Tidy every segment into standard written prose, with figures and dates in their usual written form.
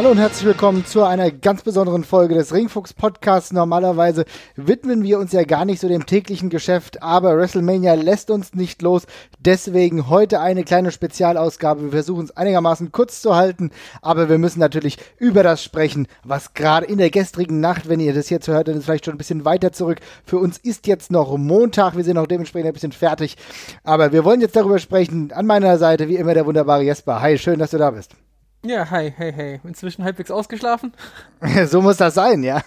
Hallo und herzlich willkommen zu einer ganz besonderen Folge des Ringfuchs Podcasts. Normalerweise widmen wir uns ja gar nicht so dem täglichen Geschäft, aber WrestleMania lässt uns nicht los. Deswegen heute eine kleine Spezialausgabe. Wir versuchen es einigermaßen kurz zu halten, aber wir müssen natürlich über das sprechen, was gerade in der gestrigen Nacht, wenn ihr das jetzt hört, dann ist vielleicht schon ein bisschen weiter zurück. Für uns ist jetzt noch Montag, wir sind auch dementsprechend ein bisschen fertig, aber wir wollen jetzt darüber sprechen. An meiner Seite wie immer der wunderbare Jesper. Hi, schön, dass du da bist. Ja, hey. Inzwischen halbwegs ausgeschlafen? So muss das sein, ja.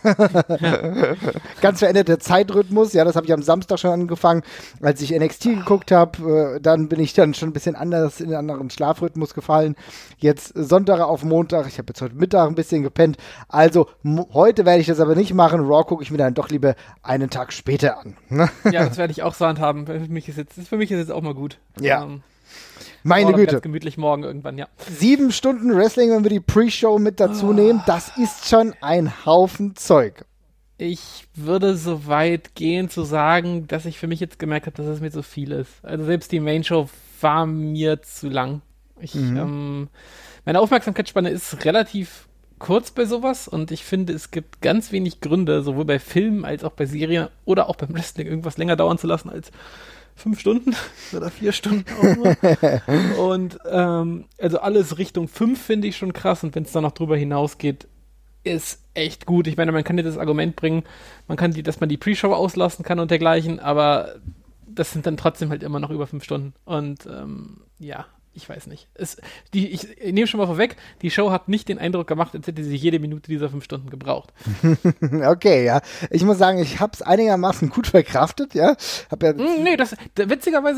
Ganz veränderter Zeitrhythmus, ja, das habe ich am Samstag schon angefangen, als ich NXT geguckt habe, dann bin ich dann schon ein bisschen anders in einen anderen Schlafrhythmus gefallen. Jetzt Sonntag auf Montag, ich habe jetzt heute Mittag ein bisschen gepennt, also heute werde ich das aber nicht machen, Raw gucke ich mir dann doch lieber einen Tag später an. Ja, das werde ich auch so handhaben, für mich ist jetzt auch mal gut. Ja. Meine Güte. Ganz gemütlich morgen irgendwann, ja. 7 Stunden Wrestling, wenn wir die Pre-Show mit dazu nehmen, das ist schon ein Haufen Zeug. Ich würde so weit gehen zu sagen, dass ich für mich jetzt gemerkt habe, dass es mir zu viel ist. Also selbst die Main-Show war mir zu lang. Meine Aufmerksamkeitsspanne ist relativ kurz bei sowas und ich finde, es gibt ganz wenig Gründe, sowohl bei Filmen als auch bei Serien oder auch beim Wrestling irgendwas länger dauern zu lassen als 5 Stunden oder 4 Stunden auch nur. Und also alles Richtung 5 finde ich schon krass und wenn es dann noch drüber hinausgeht, ist echt gut. Ich meine, man kann dir das Argument bringen, dass man die Pre-Show auslassen kann und dergleichen, aber das sind dann trotzdem halt immer noch über 5 Stunden. Und ja, ich weiß nicht. Ich nehme schon mal vorweg, die Show hat nicht den Eindruck gemacht, als hätte sie jede Minute dieser 5 Stunden gebraucht. Okay, ja. Ich muss sagen, ich habe es einigermaßen gut verkraftet, ja. Witzigerweise,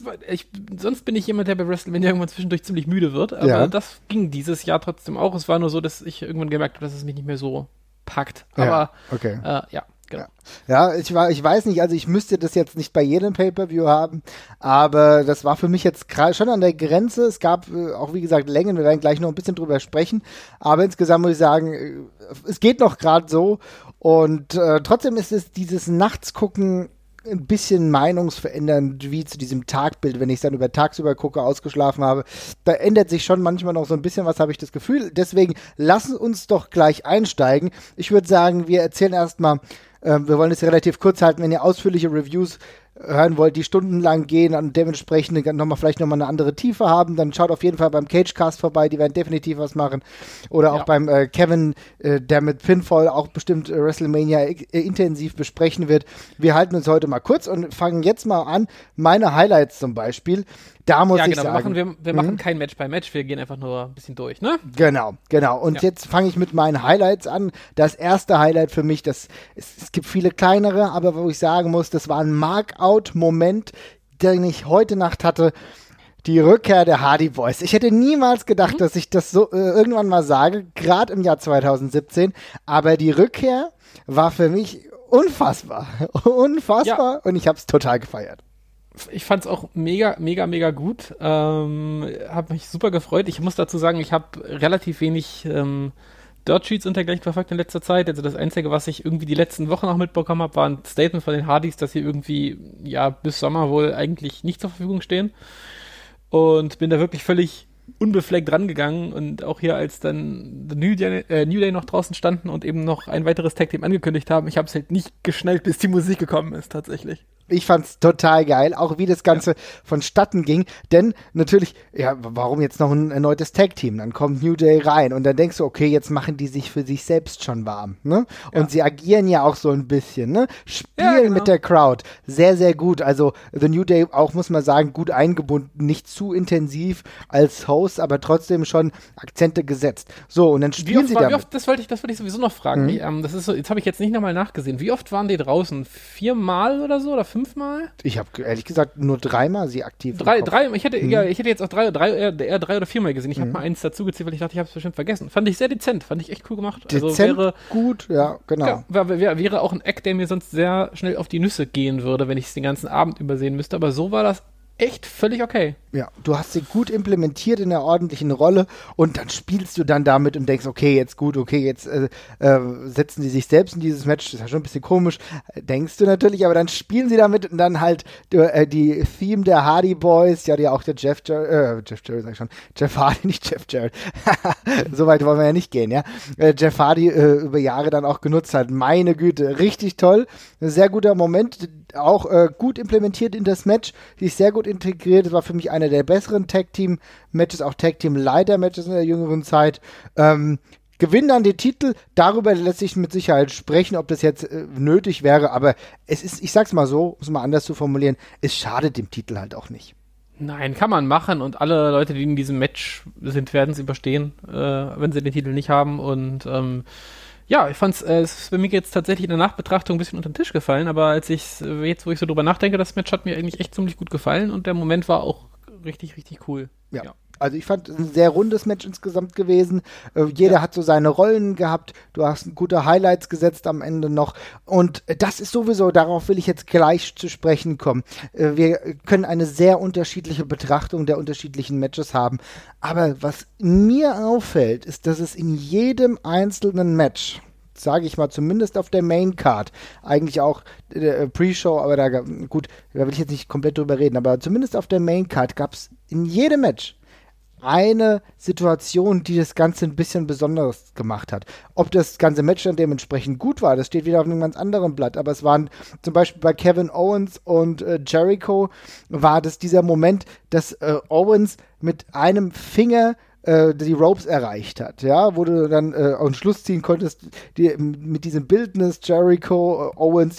sonst bin ich jemand, der bei WrestleMania irgendwann zwischendurch ziemlich müde wird, aber das ging dieses Jahr trotzdem auch. Es war nur so, dass ich irgendwann gemerkt habe, dass es mich nicht mehr so packt. Aber, okay. Genau. Ja, ich weiß nicht, also ich müsste das jetzt nicht bei jedem Pay-Per-View haben, aber das war für mich jetzt schon an der Grenze. Es gab auch, wie gesagt, Längen, wir werden gleich noch ein bisschen drüber sprechen, aber insgesamt muss ich sagen, es geht noch gerade so und trotzdem ist es dieses Nachtsgucken ein bisschen meinungsverändernd, wie zu diesem Tagbild, wenn ich es dann über tagsüber gucke, ausgeschlafen habe. Da ändert sich schon manchmal noch so ein bisschen was, habe ich das Gefühl. Deswegen lassen uns doch gleich einsteigen. Ich würde sagen, wir erzählen erstmal, wir wollen es relativ kurz halten, wenn ihr ausführliche Reviews hören wollt, die stundenlang gehen und dementsprechend vielleicht nochmal eine andere Tiefe haben, dann schaut auf jeden Fall beim Cagecast vorbei, die werden definitiv was machen. Oder auch beim Kevin, der mit Pinfall auch bestimmt WrestleMania intensiv besprechen wird. Wir halten uns heute mal kurz und fangen jetzt mal an. Meine Highlights zum Beispiel. Da muss ich sagen. Wir machen kein Match by Match, wir gehen einfach nur ein bisschen durch, ne? Genau. Und jetzt fange ich mit meinen Highlights an. Das erste Highlight für mich, es gibt viele kleinere, aber wo ich sagen muss, das war ein Mark-out-Moment, den ich heute Nacht hatte. Die Rückkehr der Hardy Boys. Ich hätte niemals gedacht, dass ich das so irgendwann mal sage, gerade im Jahr 2017. Aber die Rückkehr war für mich unfassbar. Und ich habe es total gefeiert. Ich fand's auch mega gut. Hab mich super gefreut. Ich muss dazu sagen, ich habe relativ wenig Dirt Sheets und dergleichen verfolgt in letzter Zeit. Also das Einzige, was ich irgendwie die letzten Wochen noch mitbekommen habe, war ein Statement von den Hardys, dass sie irgendwie bis Sommer wohl eigentlich nicht zur Verfügung stehen. Und bin da wirklich völlig unbefleckt rangegangen und auch hier, als dann The New Day noch draußen standen und eben noch ein weiteres Tag-Team angekündigt haben, ich habe es halt nicht geschnallt, bis die Musik gekommen ist, tatsächlich. Ich fand's total geil, auch wie das Ganze vonstatten ging, denn natürlich, warum jetzt noch ein erneutes Tag-Team? Dann kommt New Day rein und dann denkst du, okay, jetzt machen die sich für sich selbst schon warm, ne? Und sie agieren ja auch so ein bisschen, ne? Spielen mit der Crowd, sehr, sehr gut, also The New Day auch, muss man sagen, gut eingebunden, nicht zu intensiv als Host, aber trotzdem schon Akzente gesetzt. So, und dann spielen sie damit. Das wollte ich sowieso noch fragen, das ist so, jetzt habe ich jetzt nicht nochmal nachgesehen, wie oft waren die draußen? 4-mal oder so, oder 5-mal? Ich habe ehrlich gesagt nur 3-mal sie aktiv. Ich hätte jetzt auch eher 3 oder 4-mal gesehen. Ich habe mal eins dazu gezählt, weil ich dachte, ich habe es bestimmt vergessen. Fand ich sehr dezent, fand ich echt cool gemacht. Dezent, also gut, ja, genau. Wäre auch ein Act, der mir sonst sehr schnell auf die Nüsse gehen würde, wenn ich es den ganzen Abend übersehen müsste. Aber so war das echt völlig okay. Ja, du hast sie gut implementiert in der ordentlichen Rolle und dann spielst du dann damit und denkst, okay, jetzt gut, okay, jetzt setzen sie sich selbst in dieses Match, das ist ja schon ein bisschen komisch, denkst du natürlich, aber dann spielen sie damit und dann halt die Theme der Hardy Boys, ja, die auch der Jeff Jarrett, sag ich schon, Jeff Hardy, nicht Jeff Jarrett, so weit wollen wir ja nicht gehen, ja, Jeff Hardy über Jahre dann auch genutzt hat, meine Güte, richtig toll, ein sehr guter Moment, auch gut implementiert in das Match, die ist sehr gut integriert, das war für mich einer der besseren Tag-Team-Matches, auch Tag-Team-Leiter-Matches in der jüngeren Zeit. Gewinnen dann den Titel, darüber lässt sich mit Sicherheit sprechen, ob das jetzt nötig wäre, aber es ist, ich sag's mal so, um es mal anders zu formulieren, es schadet dem Titel halt auch nicht. Nein, kann man machen und alle Leute, die in diesem Match sind, werden es überstehen, wenn sie den Titel nicht haben und ja, ich fand's, es ist bei mir jetzt tatsächlich in der Nachbetrachtung ein bisschen unter den Tisch gefallen, aber als jetzt, wo ich so drüber nachdenke, das Match hat mir eigentlich echt ziemlich gut gefallen und der Moment war auch richtig, richtig cool. Ja. Also ich fand es ein sehr rundes Match insgesamt gewesen. Jeder hat so seine Rollen gehabt. Du hast gute Highlights gesetzt am Ende noch. Und das ist sowieso, darauf will ich jetzt gleich zu sprechen kommen. Wir können eine sehr unterschiedliche Betrachtung der unterschiedlichen Matches haben. Aber was mir auffällt, ist, dass es in jedem einzelnen Match, sage ich mal, zumindest auf der Main Card, eigentlich auch Pre-Show, aber da will ich jetzt nicht komplett drüber reden, aber zumindest auf der Main Card gab es in jedem Match eine Situation, die das Ganze ein bisschen besonderes gemacht hat. Ob das ganze Match dann dementsprechend gut war, das steht wieder auf einem ganz anderen Blatt, aber es waren zum Beispiel bei Kevin Owens und Jericho war das dieser Moment, dass Owens mit einem Finger die Ropes erreicht hat, ja, wo du dann einen Schluss ziehen konntest, mit diesem Bildnis Jericho, Owens,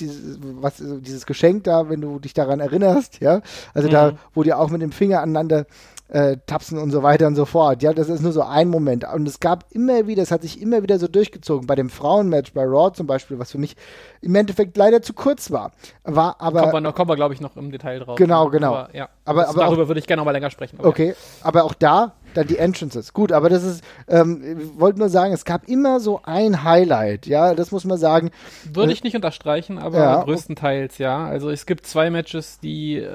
dieses Geschenk da, wenn du dich daran erinnerst, ja, also da, wo die auch mit dem Finger aneinander tapsen und so weiter und so fort. Ja, das ist nur so ein Moment. Und es gab immer wieder, es hat sich immer wieder so durchgezogen. Bei dem Frauenmatch, bei Raw zum Beispiel, was für mich im Endeffekt leider zu kurz war. Kommen wir, glaube ich, noch im Detail drauf. Genau. Aber, ja. aber darüber würde ich gerne noch mal länger sprechen. Aber okay, aber auch da dann die Entrances. Gut, aber das ist, ich wollte nur sagen, es gab immer so ein Highlight, ja, das muss man sagen. Würde ich nicht unterstreichen, aber größtenteils, ja. Also es gibt 2 Matches, die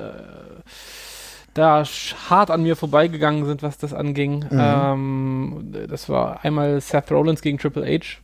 da hart an mir vorbeigegangen sind, was das anging. Das war einmal Seth Rollins gegen Triple H,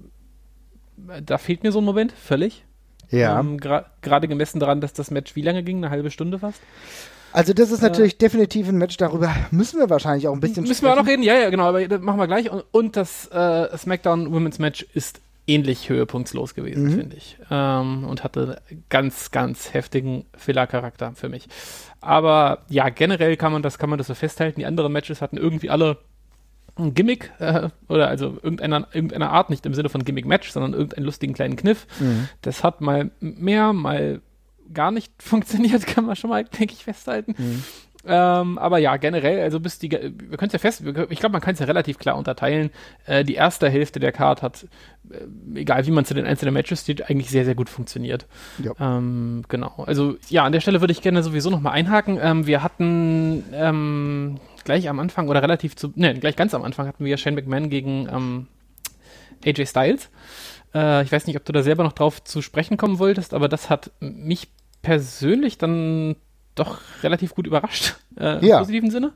da fehlt mir so ein Moment, völlig. Ja. Gerade gemessen daran, dass das Match wie lange ging? Eine halbe Stunde fast? Also das ist natürlich definitiv ein Match, darüber müssen wir wahrscheinlich auch ein bisschen sprechen. Wir auch noch reden, ja, genau, aber das machen wir gleich. Und das SmackDown Women's Match ist ähnlich höhepunktslos gewesen, finde ich. Und hatte ganz, ganz heftigen Filler-Charakter für mich. Aber ja, generell kann man das so festhalten. Die anderen Matches hatten irgendwie alle ein Gimmick, oder also irgendeiner Art, nicht im Sinne von Gimmick-Match, sondern irgendeinen lustigen kleinen Kniff. Das hat mal mehr, mal gar nicht funktioniert, kann man schon mal, denke ich, festhalten. Aber ja, generell, also wir können es ja ich glaube, man kann es ja relativ klar unterteilen. Die erste Hälfte der Card hat, egal wie man zu den einzelnen Matches steht, eigentlich sehr, sehr gut funktioniert. Ja. Genau. Also ja, an der Stelle würde ich gerne sowieso nochmal einhaken. Wir hatten gleich am Anfang oder gleich ganz am Anfang hatten wir Shane McMahon gegen AJ Styles. Ich weiß nicht, ob du da selber noch drauf zu sprechen kommen wolltest, aber das hat mich persönlich dann doch relativ gut überrascht, im positiven Sinne.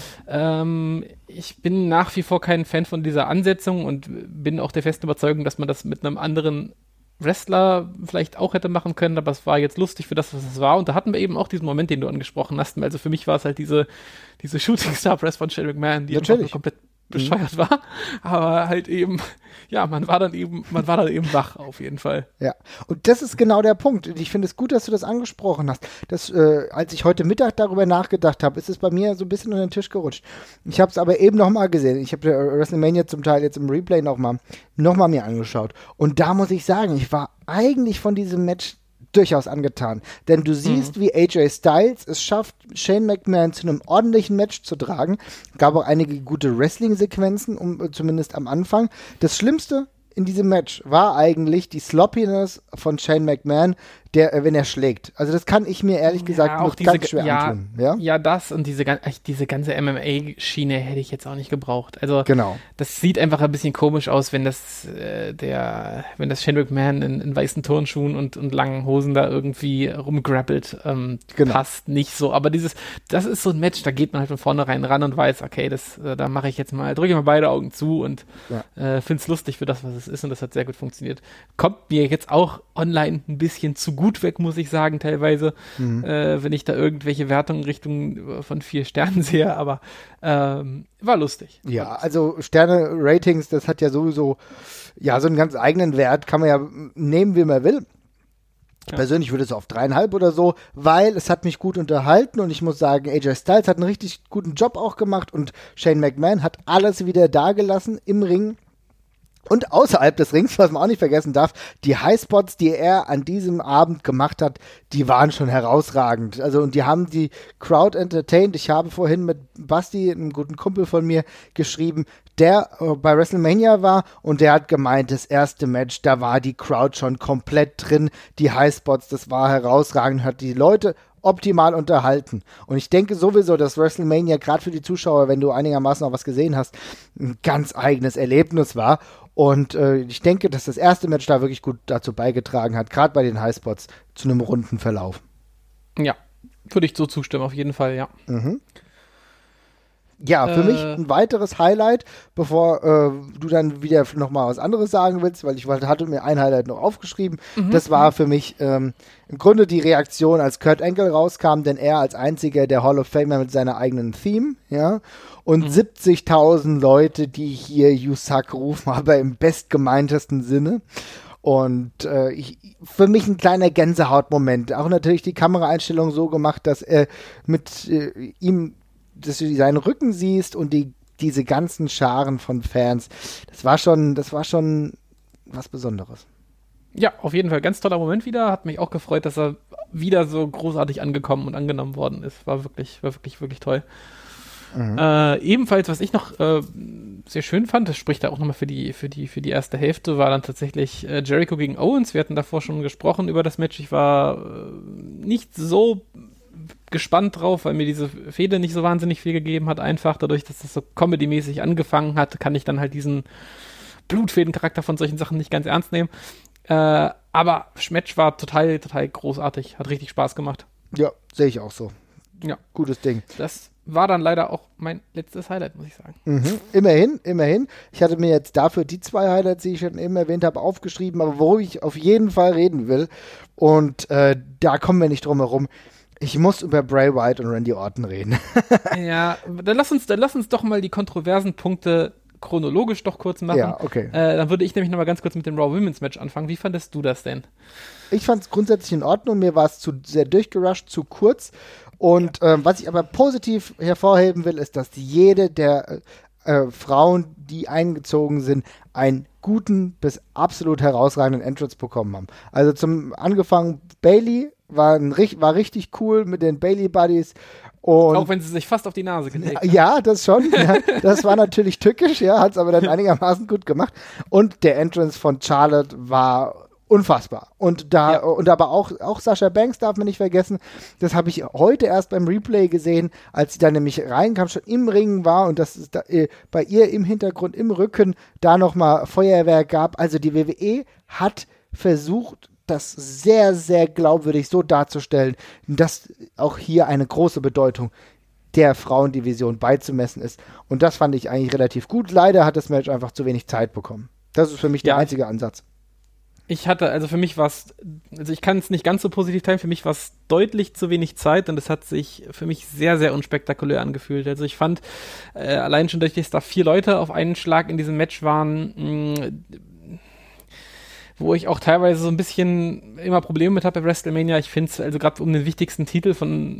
Ich bin nach wie vor kein Fan von dieser Ansetzung und bin auch der festen Überzeugung, dass man das mit einem anderen Wrestler vielleicht auch hätte machen können, aber es war jetzt lustig für das, was es war. Und da hatten wir eben auch diesen Moment, den du angesprochen hast. Also für mich war es halt diese Shooting Star Press von Shane McMahon, die einfach nur komplett bescheuert war, aber halt eben, ja, man war dann eben wach auf jeden Fall. Ja, und das ist genau der Punkt. Ich finde es gut, dass du das angesprochen hast. Als ich heute Mittag darüber nachgedacht habe, ist es bei mir so ein bisschen unter den Tisch gerutscht. Ich habe es aber eben nochmal gesehen. Ich habe WrestleMania zum Teil jetzt im Replay nochmal mir angeschaut. Und da muss ich sagen, ich war eigentlich von diesem Match durchaus angetan. Denn du siehst, wie AJ Styles es schafft, Shane McMahon zu einem ordentlichen Match zu tragen. Gab auch einige gute Wrestling-Sequenzen, zumindest am Anfang. Das Schlimmste in diesem Match war eigentlich die Sloppiness von Shane McMahon, wenn er schlägt. Also das kann ich mir ehrlich gesagt auch ganz schwer antun. Ja, das und diese ganze MMA-Schiene hätte ich jetzt auch nicht gebraucht. Also genau. Das sieht einfach ein bisschen komisch aus, wenn das Shane McMahon in weißen Turnschuhen und langen Hosen da irgendwie rumgrappelt. Genau. Passt nicht so. Aber das ist so ein Match, da geht man halt von vornherein ran und weiß, okay, da mache ich jetzt mal, drücke ich mal beide Augen zu und finde es lustig für das, was es ist, und das hat sehr gut funktioniert. Kommt mir jetzt auch online ein bisschen zu gut weg, muss ich sagen, teilweise, wenn ich da irgendwelche Wertungen Richtung von 4 Sternen sehe, aber war lustig. Ja, also Sterne-Ratings, das hat ja sowieso so einen ganz eigenen Wert, kann man ja nehmen, wie man will. Ja. Persönlich würde es auf 3,5 oder so, weil es hat mich gut unterhalten und ich muss sagen, AJ Styles hat einen richtig guten Job auch gemacht und Shane McMahon hat alles wieder dagelassen im Ring. Und außerhalb des Rings, was man auch nicht vergessen darf, die Highspots, die er an diesem Abend gemacht hat, die waren schon herausragend. Also, und die haben die Crowd entertained. Ich habe vorhin mit Basti, einem guten Kumpel von mir, geschrieben, der bei WrestleMania war und der hat gemeint, das erste Match, da war die Crowd schon komplett drin. Die Highspots, das war herausragend, hat die Leute optimal unterhalten. Und ich denke sowieso, dass WrestleMania gerade für die Zuschauer, wenn du einigermaßen auch was gesehen hast, ein ganz eigenes Erlebnis war. Und ich denke, dass das erste Match da wirklich gut dazu beigetragen hat, gerade bei den Highspots, zu einem runden Verlauf. Ja, würde ich so zustimmen, auf jeden Fall, ja. Mhm. Ja, für mich ein weiteres Highlight, bevor du dann wieder nochmal was anderes sagen willst, weil ich hatte mir ein Highlight noch aufgeschrieben. Das war für mich im Grunde die Reaktion, als Kurt Angle rauskam, denn er als einziger der Hall of Famer mit seiner eigenen Theme, ja, und 70.000 Leute, die hier You Suck rufen, aber im bestgemeintesten Sinne. Und für mich ein kleiner Gänsehautmoment. Auch natürlich die Kameraeinstellung so gemacht, dass er mit ihm, dass du seinen Rücken siehst und diese ganzen Scharen von Fans. Das war schon was Besonderes. Ja, auf jeden Fall. Ganz toller Moment wieder. Hat mich auch gefreut, dass er wieder so großartig angekommen und angenommen worden ist. War wirklich, wirklich toll. Ebenfalls, was ich noch sehr schön fand, das spricht da auch nochmal für die erste Hälfte, war dann tatsächlich Jericho gegen Owens. Wir hatten davor schon gesprochen über das Match. Ich war nicht so gespannt drauf, weil mir diese Fehde nicht so wahnsinnig viel gegeben hat. Einfach dadurch, dass das so comedy-mäßig angefangen hat, kann ich dann halt diesen Blutfäden-Charakter von solchen Sachen nicht ganz ernst nehmen. Aber Match war total großartig. Hat richtig Spaß gemacht. Ja, sehe ich auch so. Ja. Gutes Ding. Das war dann leider auch mein letztes Highlight, muss ich sagen. Immerhin. Ich hatte mir jetzt dafür die 2 Highlights, die ich schon eben erwähnt habe, aufgeschrieben, aber worüber ich auf jeden Fall reden will, und da kommen wir nicht drum herum. Ich muss über Bray Wyatt und Randy Orton reden. Ja, dann lass uns doch mal die kontroversen Punkte chronologisch doch kurz machen. Ja, okay. Dann würde ich nämlich noch mal ganz kurz mit dem Raw Women's Match anfangen. Wie fandest du das denn? Ich fand es grundsätzlich in Ordnung. Mir war es zu sehr durchgerusht, zu kurz. Und was ich aber positiv hervorheben will, ist, dass jede der Frauen, die eingezogen sind, einen guten bis absolut herausragenden Entrance bekommen haben. Also angefangen Bayley war richtig cool mit den Bayley Buddies. Und auch wenn sie sich fast auf die Nase gelegt hat. Ja, das schon. Ja, das war natürlich tückisch, ja, hat es aber dann einigermaßen gut gemacht. Und der Entrance von Charlotte war unfassbar. Und aber auch Sasha Banks darf man nicht vergessen. Das habe ich heute erst beim Replay gesehen, als sie dann nämlich reinkam, schon im Ring war und dass es da, bei ihr im Hintergrund, im Rücken, da nochmal Feuerwerk gab. Also die WWE hat versucht, das sehr, sehr glaubwürdig so darzustellen, dass auch hier eine große Bedeutung der Frauendivision beizumessen ist. Und das fand ich eigentlich relativ gut. Leider hat das Match einfach zu wenig Zeit bekommen. Das ist für mich der einzige Ansatz. Für mich war es, also ich kann es nicht ganz so positiv teilen, für mich war es deutlich zu wenig Zeit und es hat sich für mich sehr, sehr unspektakulär angefühlt. Also ich fand, allein schon, dass da 4 Leute auf einen Schlag in diesem Match waren, wo ich auch teilweise so ein bisschen immer Probleme mit habe bei WrestleMania. Ich finde es, also gerade um den wichtigsten Titel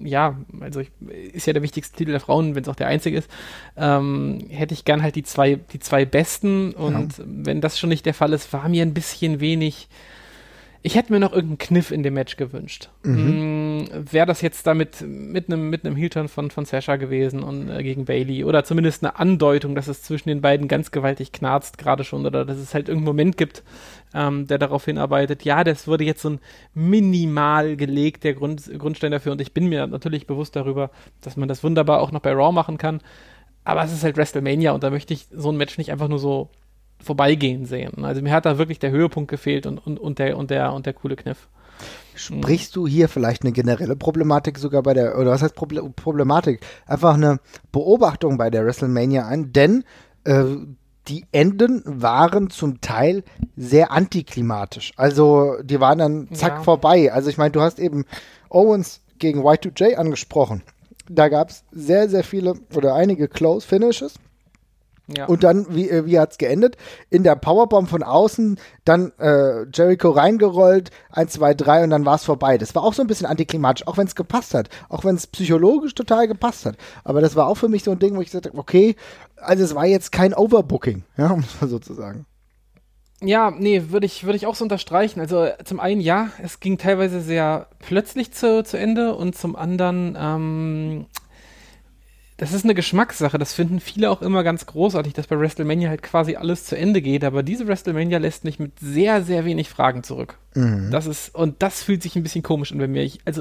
ist ja der wichtigste Titel der Frauen, wenn es auch der einzige ist, hätte ich gern halt die zwei besten und wenn das schon nicht der Fall ist, war mir ein bisschen wenig. Ich hätte mir noch irgendeinen Kniff in dem Match gewünscht. wäre das jetzt damit mit einem Heel-Turn von Sasha gewesen und gegen Bayley oder zumindest eine Andeutung, dass es zwischen den beiden ganz gewaltig knarzt gerade schon oder dass es halt irgendeinen Moment gibt, der darauf hinarbeitet. Ja, das wurde jetzt so ein minimal gelegt, der Grundstein dafür, und ich bin mir natürlich bewusst darüber, dass man das wunderbar auch noch bei Raw machen kann, aber es ist halt WrestleMania und da möchte ich so ein Match nicht einfach nur so vorbeigehen sehen. Also mir hat da wirklich der Höhepunkt gefehlt und der coole Kniff. Sprichst du hier vielleicht eine generelle Problematik sogar oder was heißt Problematik? Einfach eine Beobachtung bei der WrestleMania an, denn die Enden waren zum Teil sehr antiklimatisch. Also die waren dann zack vorbei. Also ich meine, du hast eben Owens gegen Y2J angesprochen. Da gab es sehr, sehr viele oder einige Close Finishes. Ja. Und dann, wie hat's geendet? In der Powerbomb von außen, dann Jericho reingerollt, 1, 2, 3 und dann war's vorbei. Das war auch so ein bisschen antiklimatisch, auch wenn es gepasst hat. Auch wenn es psychologisch total gepasst hat. Aber das war auch für mich so ein Ding, wo ich gesagt habe, okay, also es war jetzt kein Overbooking, ja, um es mal so zu sagen. Ja, nee, würde ich auch so unterstreichen. Also zum einen, ja, es ging teilweise sehr plötzlich zu Ende und zum anderen, das ist eine Geschmackssache, das finden viele auch immer ganz großartig, dass bei WrestleMania halt quasi alles zu Ende geht, aber diese WrestleMania lässt mich mit sehr, sehr wenig Fragen zurück. Mhm. Das fühlt sich ein bisschen komisch an bei mir. Ich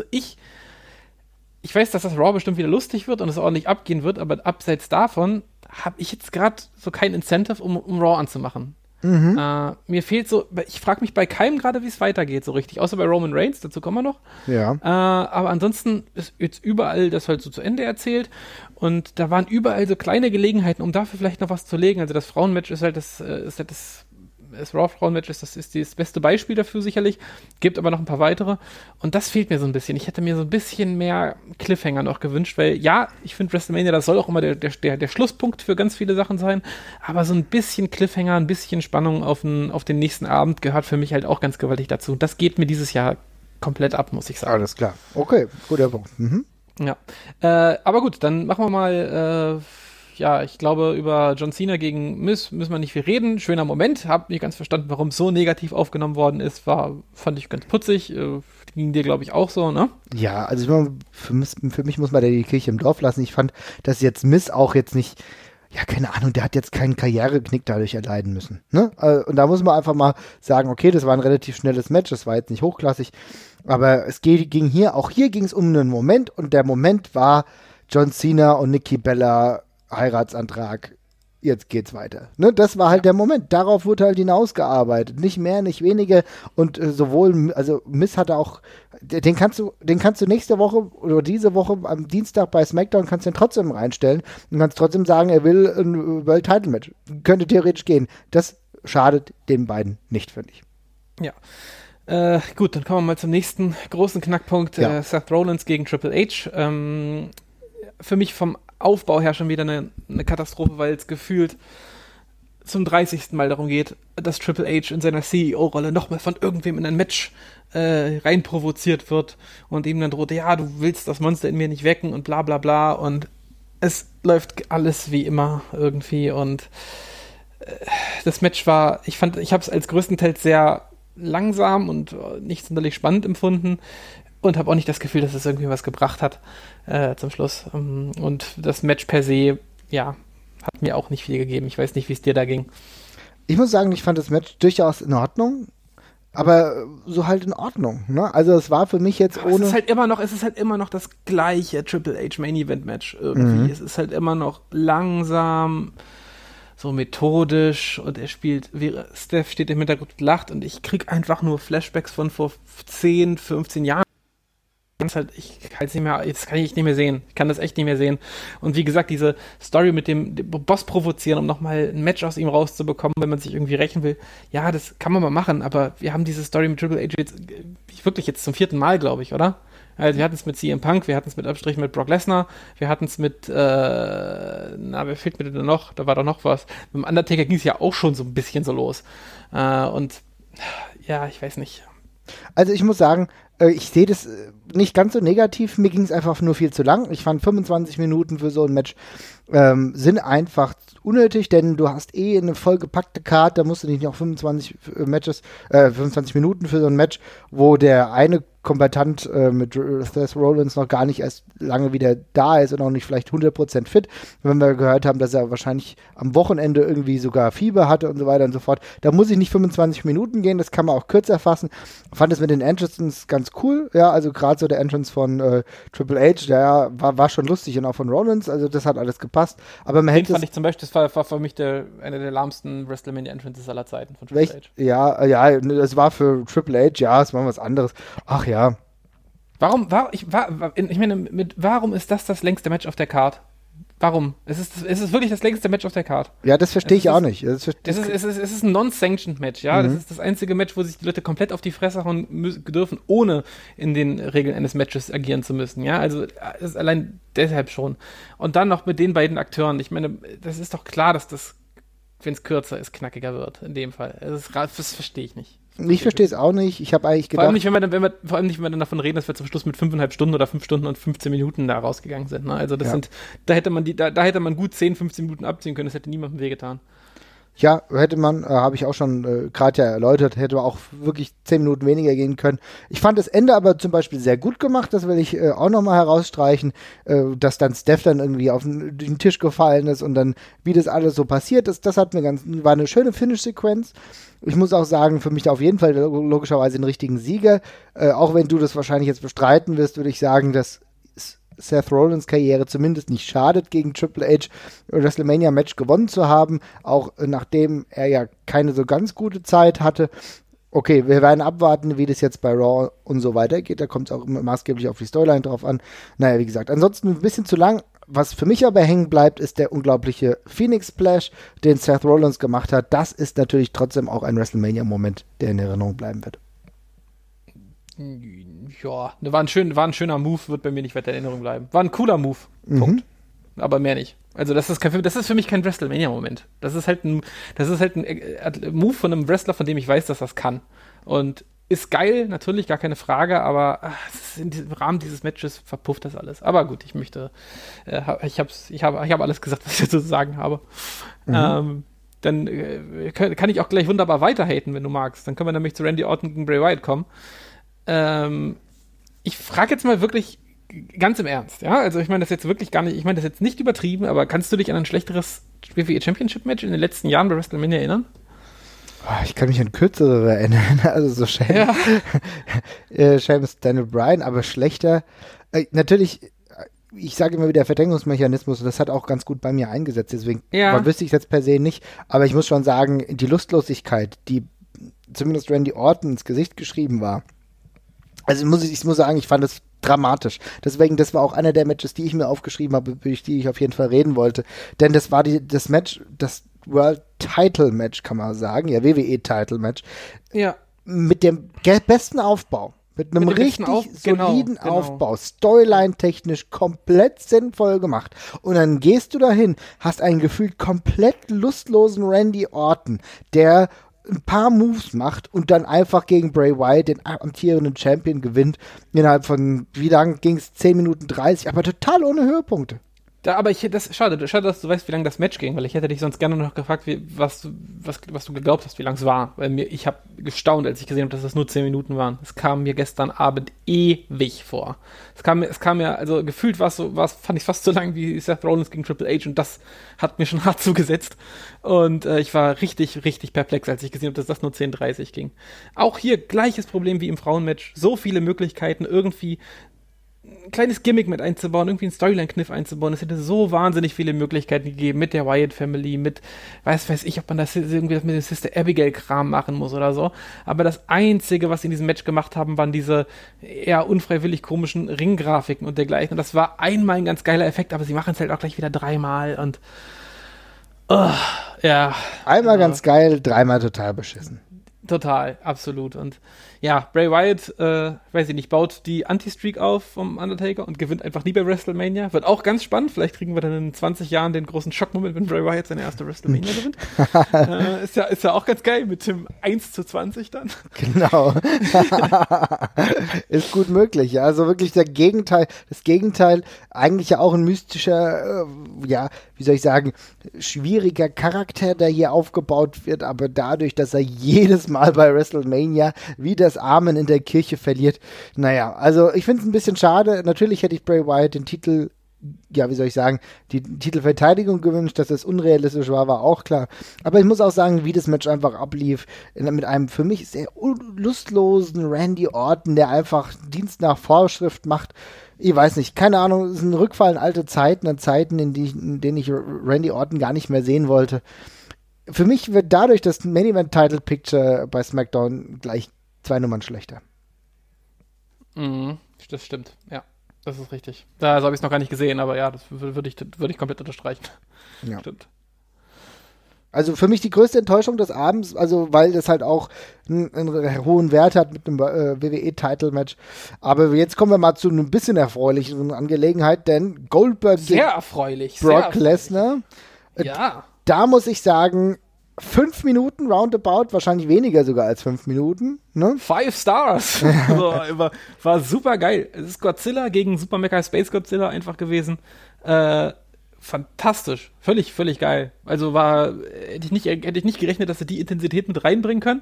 weiß, dass das Raw bestimmt wieder lustig wird und es ordentlich abgehen wird, aber abseits davon habe ich jetzt gerade so kein Incentive, um Raw anzumachen. Mhm. Mir fehlt so, ich frage mich bei keinem gerade, wie es weitergeht, so richtig, außer bei Roman Reigns, dazu kommen wir noch. Ja. Aber ansonsten ist jetzt überall das halt so zu Ende erzählt und da waren überall so kleine Gelegenheiten, um dafür vielleicht noch was zu legen. Also das Frauenmatch ist halt das Raw-Frauen-Match ist das beste Beispiel dafür sicherlich, gibt aber noch ein paar weitere und das fehlt mir so ein bisschen. Ich hätte mir so ein bisschen mehr Cliffhanger noch gewünscht, weil ja, ich finde WrestleMania, das soll auch immer der Schlusspunkt für ganz viele Sachen sein, aber so ein bisschen Cliffhanger, ein bisschen Spannung auf den nächsten Abend gehört für mich halt auch ganz gewaltig dazu. Das geht mir dieses Jahr komplett ab, muss ich sagen. Alles klar. Okay, guter Punkt. Mhm. Ja, aber gut, dann machen wir mal ich glaube, über John Cena gegen Miz müssen wir nicht viel reden. Schöner Moment. Hab nicht ganz verstanden, warum es so negativ aufgenommen worden ist. Fand ich ganz putzig. Ging dir, glaube ich, auch so, ne? Ja, also für mich muss man da die Kirche im Dorf lassen. Ich fand, dass jetzt Miz auch jetzt nicht, ja, keine Ahnung, der hat jetzt keinen Karriereknick dadurch erleiden müssen. Ne? Und da muss man einfach mal sagen, okay, das war ein relativ schnelles Match, das war jetzt nicht hochklassig. Aber es ging hier ging es um einen Moment und der Moment war John Cena und Nikki Bella Heiratsantrag, jetzt geht's weiter. Ne, das war halt der Moment. Darauf wurde halt hinausgearbeitet. Nicht mehr, nicht weniger. Und also Miz hatte auch, den kannst du nächste Woche oder diese Woche am Dienstag bei SmackDown kannst du ihn trotzdem reinstellen und kannst trotzdem sagen, er will ein World Title Match. Könnte theoretisch gehen. Das schadet den beiden nicht, finde ich. Ja. Gut, dann kommen wir mal zum nächsten großen Knackpunkt. Ja. Seth Rollins gegen Triple H. Für mich vom Aufbau her schon wieder eine Katastrophe, weil es gefühlt zum 30. Mal darum geht, dass Triple H in seiner CEO-Rolle nochmal von irgendwem in ein Match rein provoziert wird und ihm dann droht, ja, du willst das Monster in mir nicht wecken und bla bla bla und es läuft alles wie immer irgendwie und das Match war, ich habe es als größtenteils sehr langsam und nicht sonderlich spannend empfunden. Und habe auch nicht das Gefühl, dass es irgendwie was gebracht hat zum Schluss. Und das Match per se, ja, hat mir auch nicht viel gegeben. Ich weiß nicht, wie es dir da ging. Ich muss sagen, ich fand das Match durchaus in Ordnung, aber so halt in Ordnung. Ne? Also es war für mich jetzt ohne... Es ist halt immer noch das gleiche Triple H Main Event Match irgendwie. Mhm. Es ist halt immer noch langsam, so methodisch und Steph steht im Hintergrund und lacht und ich krieg einfach nur Flashbacks von vor 10, 15 Jahren. Das kann ich nicht mehr sehen. Ich kann das echt nicht mehr sehen. Und wie gesagt, diese Story mit dem Boss provozieren, um nochmal ein Match aus ihm rauszubekommen, wenn man sich irgendwie rächen will, ja, das kann man mal machen, aber wir haben diese Story mit Triple H jetzt zum 4. Mal, glaube ich, oder? Also wir hatten es mit CM Punk, wir hatten es mit Abstrichen mit Brock Lesnar, wir hatten es mit, wer fehlt mir denn noch? Da war doch noch was. Mit dem Undertaker ging es ja auch schon so ein bisschen so los. Und ja, ich weiß nicht. Also ich muss sagen, Ich sehe das nicht ganz so negativ. Mir ging es einfach nur viel zu lang. Ich fand 25 Minuten für so ein Match sind einfach unnötig, denn du hast eine vollgepackte Card, da musst du nicht noch 25 Minuten für so ein Match, wo der eine Kombatant mit Seth Rollins noch gar nicht erst lange wieder da ist und auch nicht vielleicht 100% fit, wenn wir gehört haben, dass er wahrscheinlich am Wochenende irgendwie sogar Fieber hatte und so weiter und so fort. Da muss ich nicht 25 Minuten gehen, das kann man auch kürzer fassen. Fand es mit den Entrances ganz cool, ja, also gerade so der Entrance von Triple H, der war schon lustig und auch von Rollins, also das hat alles gepasst. Aber man hätte fand ich zum Beispiel, das war für mich einer der lahmsten WrestleMania-Entrances aller Zeiten von Triple H. Ja, das war für Triple H, ja, es war was anderes. Ach ja. Warum ist das längste Match auf der Card? Warum? Es ist wirklich das längste Match auf der Card. Ja, das verstehe ich auch nicht. Es ist ein non-sanctioned Match, ja. Das ist das einzige Match, wo sich die Leute komplett auf die Fresse hauen dürfen, ohne in den Regeln eines Matches agieren zu müssen, ja. Also, das ist allein deshalb schon. Und dann noch mit den beiden Akteuren. Ich meine, das ist doch klar, dass das, wenn es kürzer ist, knackiger wird, in dem Fall. Das verstehe ich nicht. Ich verstehe es auch nicht. Ich habe eigentlich gedacht... Vor allem nicht, wenn wir dann davon reden, dass wir zum Schluss mit 5,5 Stunden oder 5 Stunden und 15 Minuten da rausgegangen sind. Ne? Also da hätte man gut 10, 15 Minuten abziehen können, das hätte niemandem wehgetan. Ja, hätte man, habe ich auch schon gerade ja erläutert, hätte auch wirklich 10 Minuten weniger gehen können. Ich fand das Ende aber zum Beispiel sehr gut gemacht, das will ich auch nochmal herausstreichen, dass dann Steph dann irgendwie auf den Tisch gefallen ist und dann, wie das alles so passiert ist, das war eine schöne Finish-Sequenz. Ich muss auch sagen, für mich auf jeden Fall logischerweise einen richtigen Sieger. Auch wenn du das wahrscheinlich jetzt bestreiten wirst, würde ich sagen, dass Seth Rollins Karriere zumindest nicht schadet, gegen Triple H WrestleMania-Match gewonnen zu haben, auch nachdem er ja keine so ganz gute Zeit hatte. Okay, wir werden abwarten, wie das jetzt bei Raw und so weitergeht. Da kommt es auch maßgeblich auf die Storyline drauf an. Naja, wie gesagt, ansonsten ein bisschen zu lang. Was für mich aber hängen bleibt, ist der unglaubliche Phoenix Splash, den Seth Rollins gemacht hat. Das ist natürlich trotzdem auch ein WrestleMania-Moment, der in Erinnerung bleiben wird. Ja, war ein schöner Move, wird bei mir nicht weiter in Erinnerung bleiben. War ein cooler Move, Punkt. Aber mehr nicht. Also das ist für mich kein WrestleMania-Moment. Das ist halt ein Move von einem Wrestler, von dem ich weiß, dass das kann. Und ist geil, natürlich, gar keine Frage, aber im Rahmen dieses Matches verpufft das alles. Aber gut, ich habe alles gesagt, was ich dazu zu sagen habe. Dann kann ich auch gleich wunderbar weiterhaten, wenn du magst. Dann können wir nämlich zu Randy Orton gegen Bray Wyatt kommen. Ich frage jetzt mal wirklich ganz im Ernst, ja, also ich meine das jetzt wirklich gar nicht, ich meine das jetzt nicht übertrieben, aber kannst du dich an ein schlechteres WWE Championship Match in den letzten Jahren bei WrestleMania erinnern? Ich kann mich an kürzere erinnern, also so Sheamus Daniel Bryan, aber schlechter, natürlich, ich sage immer wieder Verdrängungsmechanismus und das hat auch ganz gut bei mir eingesetzt, deswegen wüsste ich es jetzt per se nicht, aber ich muss schon sagen, die Lustlosigkeit, die zumindest Randy Orton ins Gesicht geschrieben war, also ich muss sagen, ich fand es dramatisch. Deswegen, das war auch einer der Matches, die ich mir aufgeschrieben habe, über die ich auf jeden Fall reden wollte. Denn das war das Match, das World Title Match, kann man sagen. Ja, WWE Title Match. Ja. Mit dem besten Aufbau. Mit einem richtig soliden Aufbau. Storyline-technisch komplett sinnvoll gemacht. Und dann gehst du dahin, hast einen gefühlt komplett lustlosen Randy Orton, der ein paar Moves macht und dann einfach gegen Bray Wyatt, den amtierenden Champion, gewinnt. Innerhalb von, wie lang ging es? 10 Minuten 30, aber total ohne Höhepunkte. Schade, dass du weißt, wie lange das Match ging, weil ich hätte dich sonst gerne noch gefragt, was du geglaubt hast, wie lang es war. Weil ich habe gestaunt, als ich gesehen habe, dass das nur 10 Minuten waren. Es kam mir gestern Abend ewig vor. Es kam mir, also gefühlt fand ich es fast so lang wie Seth Rollins gegen Triple H und das hat mir schon hart zugesetzt. Und ich war richtig, richtig perplex, als ich gesehen habe, dass das nur 10:30 ging. Auch hier gleiches Problem wie im Frauenmatch. So viele Möglichkeiten, irgendwie ein kleines Gimmick mit einzubauen, irgendwie einen Storyline-Kniff einzubauen. Es hätte so wahnsinnig viele Möglichkeiten gegeben mit der Wyatt Family, mit, weiß ich, ob man das irgendwie mit dem Sister Abigail-Kram machen muss oder so. Aber das Einzige, was sie in diesem Match gemacht haben, waren diese eher unfreiwillig komischen Ringgrafiken und dergleichen. Und das war einmal ein ganz geiler Effekt, aber sie machen es halt auch gleich wieder 3-mal und ja. Einmal ganz geil, 3-mal total beschissen. Total, absolut. Und ja, Bray Wyatt, weiß ich nicht, baut die Anti-Streak auf vom Undertaker und gewinnt einfach nie bei WrestleMania. Wird auch ganz spannend. Vielleicht kriegen wir dann in 20 Jahren den großen Schockmoment, wenn Bray Wyatt seine erste WrestleMania gewinnt. Ist ja auch ganz geil mit dem 1:20 dann. Genau. Ist gut möglich. Ja. Also wirklich das Gegenteil, eigentlich ja auch ein mystischer, wie soll ich sagen, schwieriger Charakter, der hier aufgebaut wird, aber dadurch, dass er jedes Mal bei WrestleMania wie das Amen in der Kirche verliert. Naja, also ich finde es ein bisschen schade. Natürlich hätte ich Bray Wyatt den Titel, ja, wie soll ich sagen, die Titelverteidigung gewünscht, dass das unrealistisch war auch klar. Aber ich muss auch sagen, wie das Match einfach ablief, mit einem für mich sehr lustlosen Randy Orton, der einfach Dienst nach Vorschrift macht. Ich weiß nicht, keine Ahnung, es ist ein Rückfall in alte Zeiten, in denen ich Randy Orton gar nicht mehr sehen wollte. Für mich wird dadurch das Main Event Title Picture bei SmackDown gleich 2 Nummern schlechter. Das stimmt, ja. Das ist richtig. Also habe ich es noch gar nicht gesehen, aber ja, das würde ich komplett unterstreichen. Ja. Stimmt. Also für mich die größte Enttäuschung des Abends, also weil das halt auch einen hohen Wert hat mit einem WWE-Title-Match. Aber jetzt kommen wir mal zu einem bisschen erfreulicheren Angelegenheit, denn Goldberg sehr erfreulich. Brock Lesnar. Ja. Da muss ich sagen, 5 Minuten roundabout, wahrscheinlich weniger sogar als 5 Minuten. Ne? 5 Stars. Also, war super geil. Es ist Godzilla gegen Super Mecha Space Godzilla einfach gewesen. Fantastisch. Völlig geil. Also hätte ich nicht gerechnet, dass sie die Intensität mit reinbringen können.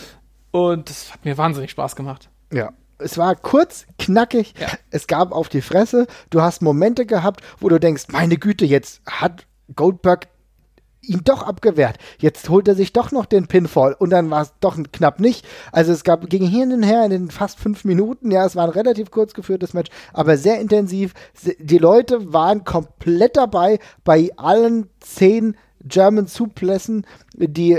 Und das hat mir wahnsinnig Spaß gemacht. Ja. Es war kurz, knackig, Es gab auf die Fresse. Du hast Momente gehabt, wo du denkst, meine Güte, jetzt hat Goldberg ihn doch abgewehrt. Jetzt holt er sich doch noch den Pinfall und dann war es doch knapp nicht. Also es ging hin und her in den fast 5 Minuten. Ja, es war ein relativ kurz geführtes Match, aber sehr intensiv. Die Leute waren komplett dabei bei allen 10 German Suplessen, die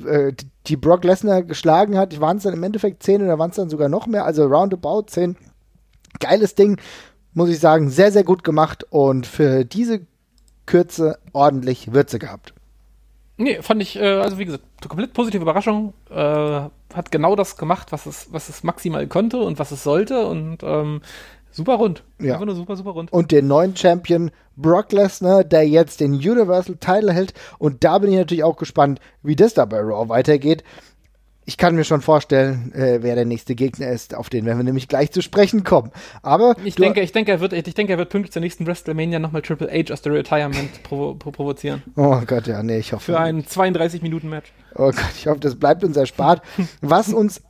Brock Lesnar geschlagen hat. Waren es dann im Endeffekt 10 oder waren es dann sogar noch mehr? Also roundabout 10. Geiles Ding, muss ich sagen. Sehr, sehr gut gemacht und für diese Kürze ordentlich Würze gehabt. Nee, fand ich, also wie gesagt, eine komplett positive Überraschung. Hat genau das gemacht, was es maximal konnte und was es sollte und super rund. Ja. Einfach nur super rund. Und den neuen Champion Brock Lesnar, der jetzt den Universal Title hält. Und da bin ich natürlich auch gespannt, wie das da bei Raw weitergeht. Ich kann mir schon vorstellen, wer der nächste Gegner ist, auf den werden wir nämlich gleich zu sprechen kommen. Aber ich denke, er wird pünktlich zur nächsten WrestleMania nochmal Triple H aus der Retirement provozieren. Oh Gott, ja, nee, ich hoffe. Für ein 32-Minuten-Match. Oh Gott, ich hoffe, das bleibt uns erspart. Was uns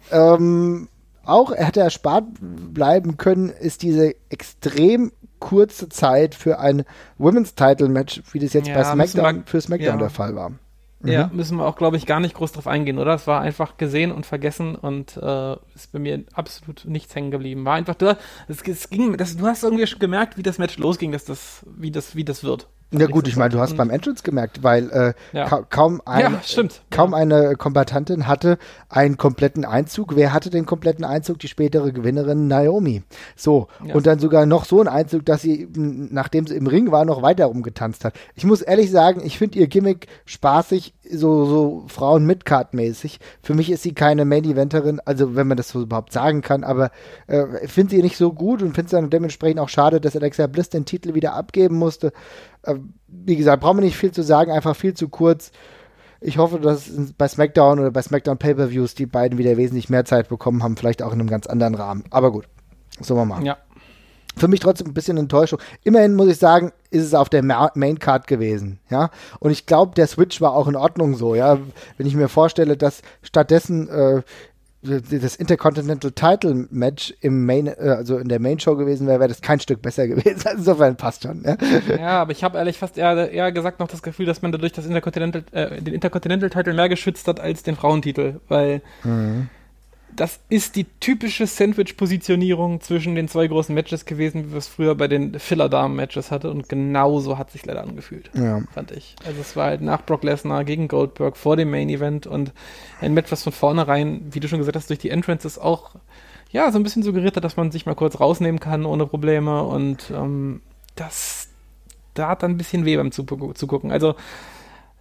auch hätte erspart bleiben können, ist diese extrem kurze Zeit für ein Women's Title Match, wie das jetzt bei SmackDown der Fall war. Ja, müssen wir auch, glaube ich, gar nicht groß drauf eingehen, oder? Es war einfach gesehen und vergessen und ist bei mir absolut nichts hängen geblieben. War einfach, du hast irgendwie schon gemerkt, wie das Match losging, wie das wird. Ja gut, ich meine, du hast beim Entrance gemerkt, weil kaum eine Kombattantin hatte einen kompletten Einzug. Wer hatte den kompletten Einzug? Die spätere Gewinnerin Naomi. So, und dann sogar noch so einen Einzug, dass sie, nachdem sie im Ring war, noch weiter rumgetanzt hat. Ich muss ehrlich sagen, ich finde ihr Gimmick spaßig, so Frauen-Midcard-mäßig. Für mich ist sie keine Main-Eventerin, also wenn man das so überhaupt sagen kann, aber ich finde sie nicht so gut und finde es dann dementsprechend auch schade, dass Alexa Bliss den Titel wieder abgeben musste. Wie gesagt, brauchen wir nicht viel zu sagen, einfach viel zu kurz. Ich hoffe, dass bei SmackDown oder bei SmackDown Pay-Per-Views die beiden wieder wesentlich mehr Zeit bekommen haben, vielleicht auch in einem ganz anderen Rahmen. Aber gut, sollen wir machen. Ja. Für mich trotzdem ein bisschen Enttäuschung. Immerhin muss ich sagen, ist es auf der Main-Card gewesen, ja. Und ich glaube, der Switch war auch in Ordnung so, ja. Wenn ich mir vorstelle, dass stattdessen das Intercontinental Title Match also in der Main Show gewesen wäre, wäre das kein Stück besser gewesen. Also insofern passt schon. Ja, aber ich habe ehrlich fast eher gesagt noch das Gefühl, dass man dadurch den Intercontinental Title mehr geschützt hat als den Frauentitel, weil das ist die typische Sandwich-Positionierung zwischen den 2 großen Matches gewesen, wie wir es früher bei den Filler-Damen-Matches hatte und genauso hat sich leider angefühlt, fand ich. Also es war halt nach Brock Lesnar gegen Goldberg vor dem Main-Event und ein Match, was von vornherein, wie du schon gesagt hast, durch die Entrances auch so ein bisschen suggeriert hat, dass man sich mal kurz rausnehmen kann ohne Probleme und da hat dann ein bisschen weh beim Zugucken. Also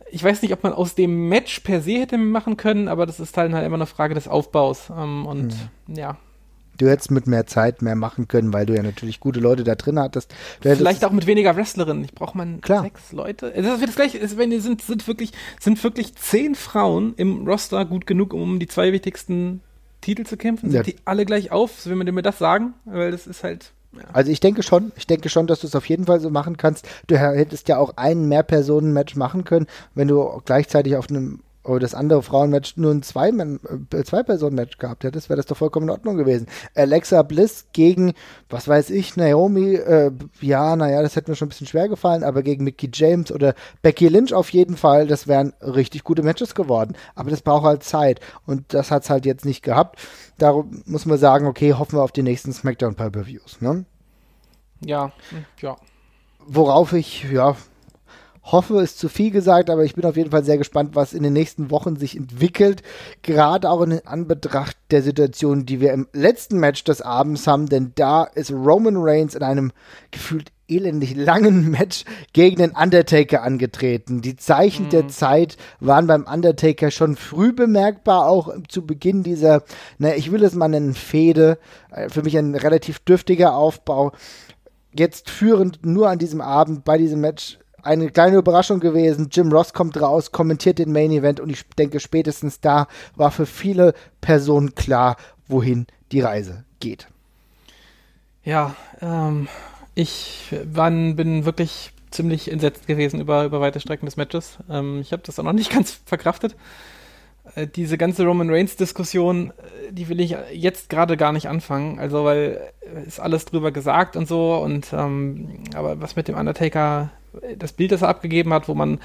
Ich weiß nicht, ob man aus dem Match per se hätte machen können, aber das ist halt immer eine Frage des Aufbaus. Ja. Du hättest mit mehr Zeit mehr machen können, weil du ja natürlich gute Leute da drin hattest. Vielleicht auch mit weniger Wrestlerinnen. Ich brauche mal 6 Leute. Das wird das Gleiche. Sind wirklich 10 Frauen im Roster gut genug, um die 2 wichtigsten Titel zu kämpfen? Sind die alle gleich auf? Will man mir das sagen? Weil das ist halt... Ja. Also ich denke schon, dass du es auf jeden Fall so machen kannst. Du hättest ja auch ein Mehr-Personen-Match machen können, wenn du gleichzeitig auf einem das andere Frauenmatch nur ein 2-Personen-Match gehabt hättest, wäre das doch vollkommen in Ordnung gewesen. Alexa Bliss gegen, was weiß ich, Naomi, das hätte mir schon ein bisschen schwer gefallen, aber gegen Mickie James oder Becky Lynch auf jeden Fall, das wären richtig gute Matches geworden. Aber das braucht halt Zeit und das hat es halt jetzt nicht gehabt. Darum muss man sagen, okay, hoffen wir auf die nächsten SmackDown Pay-Per-Views, ne? Ja. Worauf ich, hoffe, ist zu viel gesagt, aber ich bin auf jeden Fall sehr gespannt, was in den nächsten Wochen sich entwickelt, gerade auch in Anbetracht der Situation, die wir im letzten Match des Abends haben, denn da ist Roman Reigns in einem gefühlt elendig langen Match gegen den Undertaker angetreten. Die Zeichen der Zeit waren beim Undertaker schon früh bemerkbar, auch zu Beginn dieser, ich will es mal nennen, Fehde, für mich ein relativ dürftiger Aufbau. Jetzt führend nur an diesem Abend bei diesem Match eine kleine Überraschung gewesen. Jim Ross kommt raus, kommentiert den Main Event und ich denke, spätestens da war für viele Personen klar, wohin die Reise geht. Ja, ich bin wirklich ziemlich entsetzt gewesen über weite Strecken des Matches. Ich habe das auch noch nicht ganz verkraftet. Diese ganze Roman Reigns-Diskussion, die will ich jetzt gerade gar nicht anfangen. Also, weil ist alles drüber gesagt und so. Und aber was mit dem Undertaker, das Bild, das er abgegeben hat, wo man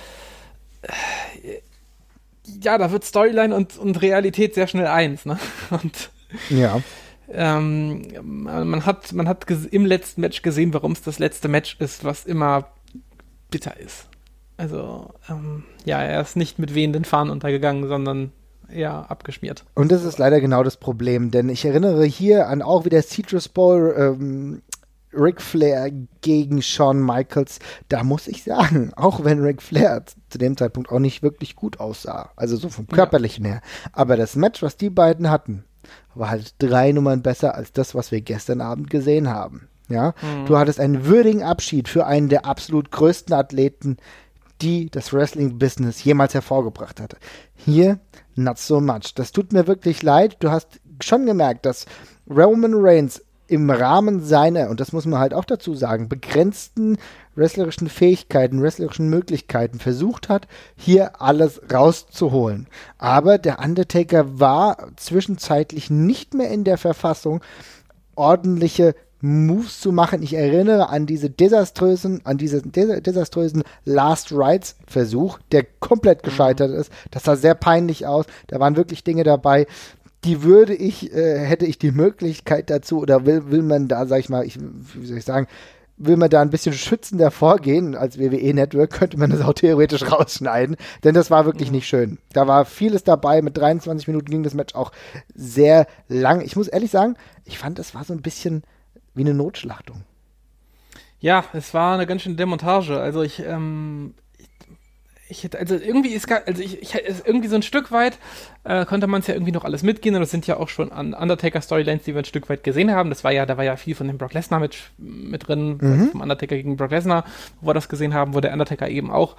da wird Storyline und Realität sehr schnell eins, ne? Und ja. Man hat im letzten Match gesehen, warum es das letzte Match ist, was immer bitter ist. Also, er ist nicht mit wehenden Fahnen untergegangen, sondern eher abgeschmiert. Und das ist leider genau das Problem, denn ich erinnere hier an auch wieder Citrus Bowl, Ric Flair gegen Shawn Michaels. Da muss ich sagen, auch wenn Ric Flair zu dem Zeitpunkt auch nicht wirklich gut aussah, also so vom Körperlichen her, aber das Match, was die beiden hatten, war halt 3 Nummern besser als das, was wir gestern Abend gesehen haben. Ja, du hattest einen würdigen Abschied für einen der absolut größten Athleten, die das Wrestling-Business jemals hervorgebracht hatte. Hier, not so much. Das tut mir wirklich leid. Du hast schon gemerkt, dass Roman Reigns im Rahmen seiner, und das muss man halt auch dazu sagen, begrenzten wrestlerischen Fähigkeiten, wrestlerischen Möglichkeiten versucht hat, hier alles rauszuholen. Aber der Undertaker war zwischenzeitlich nicht mehr in der Verfassung, ordentliche Moves zu machen. Ich erinnere an diesen desaströsen Last Rites Versuch, der komplett gescheitert ist. Das sah sehr peinlich aus. Da waren wirklich Dinge dabei, die hätte ich die Möglichkeit dazu, oder will man da, will man da ein bisschen schützender vorgehen als WWE Network, könnte man das auch theoretisch rausschneiden, denn das war wirklich nicht schön. Da war vieles dabei, mit 23 Minuten ging das Match auch sehr lang. Ich muss ehrlich sagen, ich fand, das war so ein bisschen wie eine Notschlachtung. Ja, es war eine ganz schöne Demontage. Also irgendwie so ein Stück weit konnte man es ja irgendwie noch alles mitgehen, und das sind ja auch schon an Undertaker-Storylines, die wir ein Stück weit gesehen haben. Da war ja viel von dem Brock Lesnar-Match mit drin, also vom Undertaker gegen Brock Lesnar, wo wir das gesehen haben, wo der Undertaker eben auch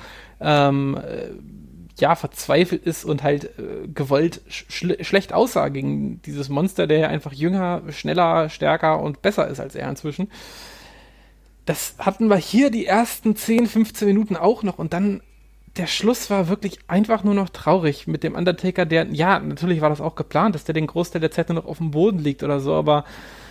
verzweifelt ist und halt gewollt schlecht aussah gegen dieses Monster, der ja einfach jünger, schneller, stärker und besser ist als er inzwischen. Das hatten wir hier die ersten 10, 15 Minuten auch noch, und dann der Schluss war wirklich einfach nur noch traurig mit dem Undertaker, natürlich war das auch geplant, dass der den Großteil der Zeit nur noch auf dem Boden liegt oder so, aber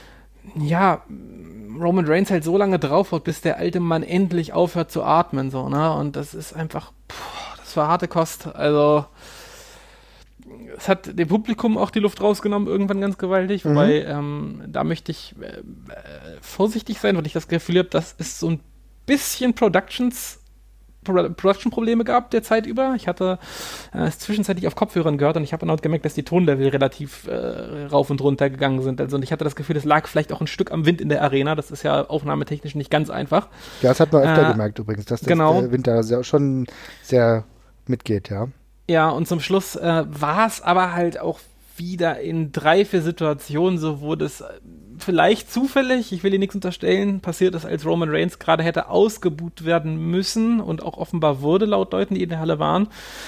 Roman Reigns halt so lange draufhaut, bis der alte Mann endlich aufhört zu atmen, so, ne, und das ist einfach, das war harte Kost, also es hat dem Publikum auch die Luft rausgenommen, irgendwann ganz gewaltig, wobei da möchte ich vorsichtig sein, weil ich das Gefühl habe, das ist so ein bisschen Production-Probleme gab der Zeit über. Ich hatte es zwischenzeitlich auf Kopfhörern gehört und ich habe erneut gemerkt, dass die Tonlevel relativ rauf und runter gegangen sind. Also, und ich hatte das Gefühl, das lag vielleicht auch ein Stück am Wind in der Arena. Das ist ja aufnahmetechnisch nicht ganz einfach. Ja, das hat man öfter gemerkt übrigens, dass das genau. der Winter schon sehr mitgeht, ja. Ja, und zum Schluss war es aber halt auch wieder in 3, 4 Situationen so, wo das vielleicht zufällig, ich will ihr nichts unterstellen, passiert ist, als Roman Reigns gerade hätte ausgebuht werden müssen und auch offenbar wurde, laut Leuten, die in der Halle waren.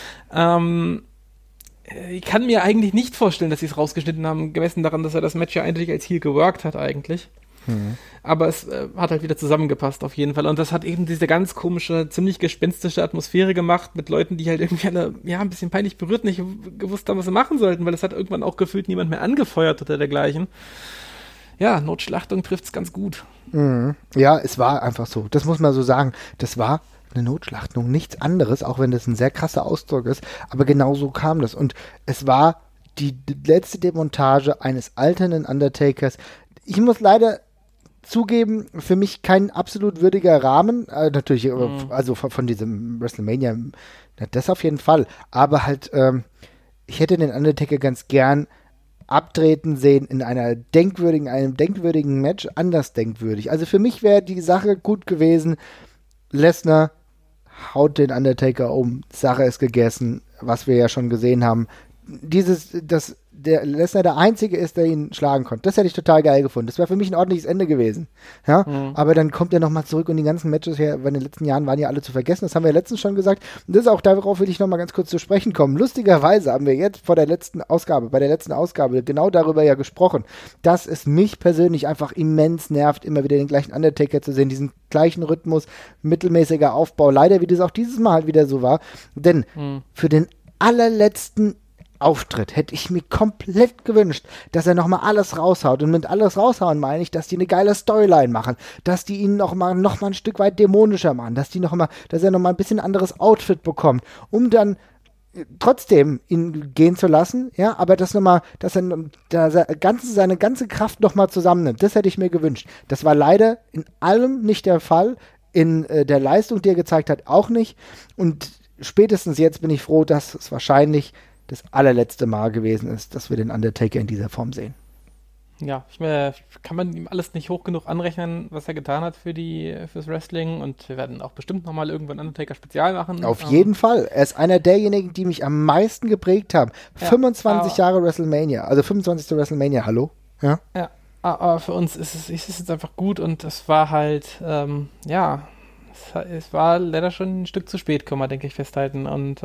Ich kann mir eigentlich nicht vorstellen, dass sie es rausgeschnitten haben, gemessen daran, dass er das Match ja eindeutig als Heel geworkt hat eigentlich. Aber es hat halt wieder zusammengepasst auf jeden Fall. Und das hat eben diese ganz komische, ziemlich gespenstische Atmosphäre gemacht mit Leuten, die halt irgendwie alle, ja, ein bisschen peinlich berührt, nicht gewusst haben, was sie machen sollten, weil es hat irgendwann auch gefühlt niemand mehr angefeuert oder dergleichen. Ja, Notschlachtung trifft's ganz gut. Ja, es war einfach so. Das muss man so sagen. Das war eine Notschlachtung, nichts anderes, auch wenn das ein sehr krasser Ausdruck ist. Aber genau so kam das. Und es war die letzte Demontage eines alternden Undertakers. Ich muss leider zugeben, für mich kein absolut würdiger Rahmen, natürlich, also von diesem WrestleMania, das auf jeden Fall, aber halt, ich hätte den Undertaker ganz gern abtreten sehen in einem denkwürdigen Match, anders denkwürdig. Also für mich wäre die Sache gut gewesen, Lesnar haut den Undertaker um, Sache ist gegessen, was wir ja schon gesehen haben. Dass der Lesnar der Einzige ist, der ihn schlagen konnte. Das hätte ich total geil gefunden. Das wäre für mich ein ordentliches Ende gewesen. Ja? Aber dann kommt er nochmal zurück und die ganzen Matches her, weil in den letzten Jahren waren ja alle zu vergessen. Das haben wir ja letztens schon gesagt. Und das ist auch, darauf will ich nochmal ganz kurz zu sprechen kommen. Lustigerweise haben wir jetzt bei der letzten Ausgabe genau darüber ja gesprochen, dass es mich persönlich einfach immens nervt, immer wieder den gleichen Undertaker zu sehen, diesen gleichen Rhythmus, mittelmäßiger Aufbau. Leider, wie das auch dieses Mal halt wieder so war. Denn für den allerletzten Auftritt hätte ich mir komplett gewünscht, dass er nochmal alles raushaut. Und mit alles raushauen meine ich, dass die eine geile Storyline machen, dass die ihn noch mal ein Stück weit dämonischer machen, dass er nochmal ein bisschen anderes Outfit bekommt, um dann trotzdem ihn gehen zu lassen, ja, aber dass er seine ganze Kraft nochmal zusammennimmt. Das hätte ich mir gewünscht. Das war leider in allem nicht der Fall, in der Leistung, die er gezeigt hat, auch nicht. Und spätestens jetzt bin ich froh, dass es wahrscheinlich das allerletzte Mal gewesen ist, dass wir den Undertaker in dieser Form sehen. Ja, kann man ihm alles nicht hoch genug anrechnen, was er getan hat fürs Wrestling, und wir werden auch bestimmt nochmal irgendwann Undertaker-Spezial machen. Auf jeden Fall. Er ist einer derjenigen, die mich am meisten geprägt haben. Ja, 25 Jahre WrestleMania, also 25. WrestleMania, hallo? Ja, aber für uns ist es jetzt einfach gut, und es war halt, es war leider schon ein Stück zu spät, kann man, denke ich, festhalten, und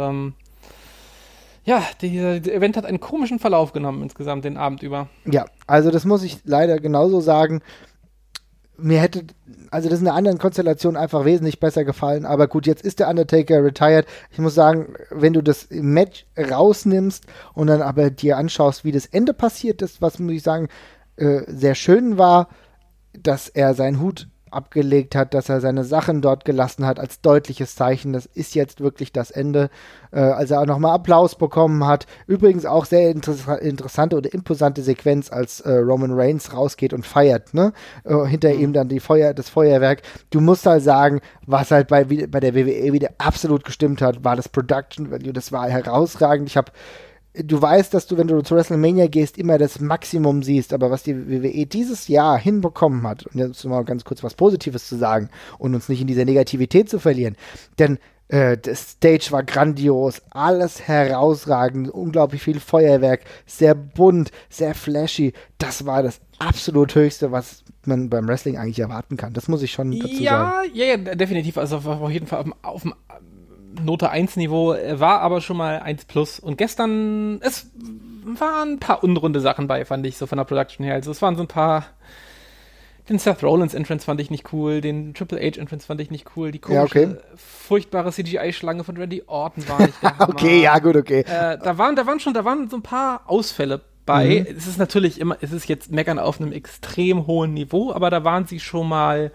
dieser Event hat einen komischen Verlauf genommen insgesamt den Abend über. Ja, also das muss ich leider genauso sagen. Das in einer anderen Konstellation einfach wesentlich besser gefallen. Aber gut, jetzt ist der Undertaker retired. Ich muss sagen, wenn du das Match rausnimmst und dann aber dir anschaust, wie das Ende passiert ist, was, muss ich sagen, sehr schön war, dass er seinen Hut abgelegt hat, dass er seine Sachen dort gelassen hat, als deutliches Zeichen, das ist jetzt wirklich das Ende, als er auch nochmal Applaus bekommen hat. Übrigens auch sehr interessante oder imposante Sequenz, als Roman Reigns rausgeht und feiert, ne? Hinter ihm dann das Feuerwerk. Du musst halt sagen, was halt bei der WWE wieder absolut gestimmt hat, war das Production Value, das war herausragend. Du weißt, dass du, wenn du zu WrestleMania gehst, immer das Maximum siehst, aber was die WWE dieses Jahr hinbekommen hat, und jetzt mal ganz kurz was Positives zu sagen und uns nicht in dieser Negativität zu verlieren, denn das Stage war grandios, alles herausragend, unglaublich viel Feuerwerk, sehr bunt, sehr flashy, das war das absolut Höchste, was man beim Wrestling eigentlich erwarten kann, das muss ich schon dazu sagen. Ja, definitiv, also auf jeden Fall auf dem Note 1 Niveau, war aber schon mal 1+. Und gestern, es waren ein paar unrunde Sachen bei, fand ich, so von der Production her. Also es waren so ein paar, den Seth Rollins Entrance fand ich nicht cool, den Triple H Entrance fand ich nicht cool, die komische, furchtbare CGI-Schlange von Randy Orton war nicht der Hammer. Okay. Da waren so ein paar Ausfälle bei. Es ist natürlich immer, es ist jetzt meckern auf einem extrem hohen Niveau, aber da waren sie schon mal,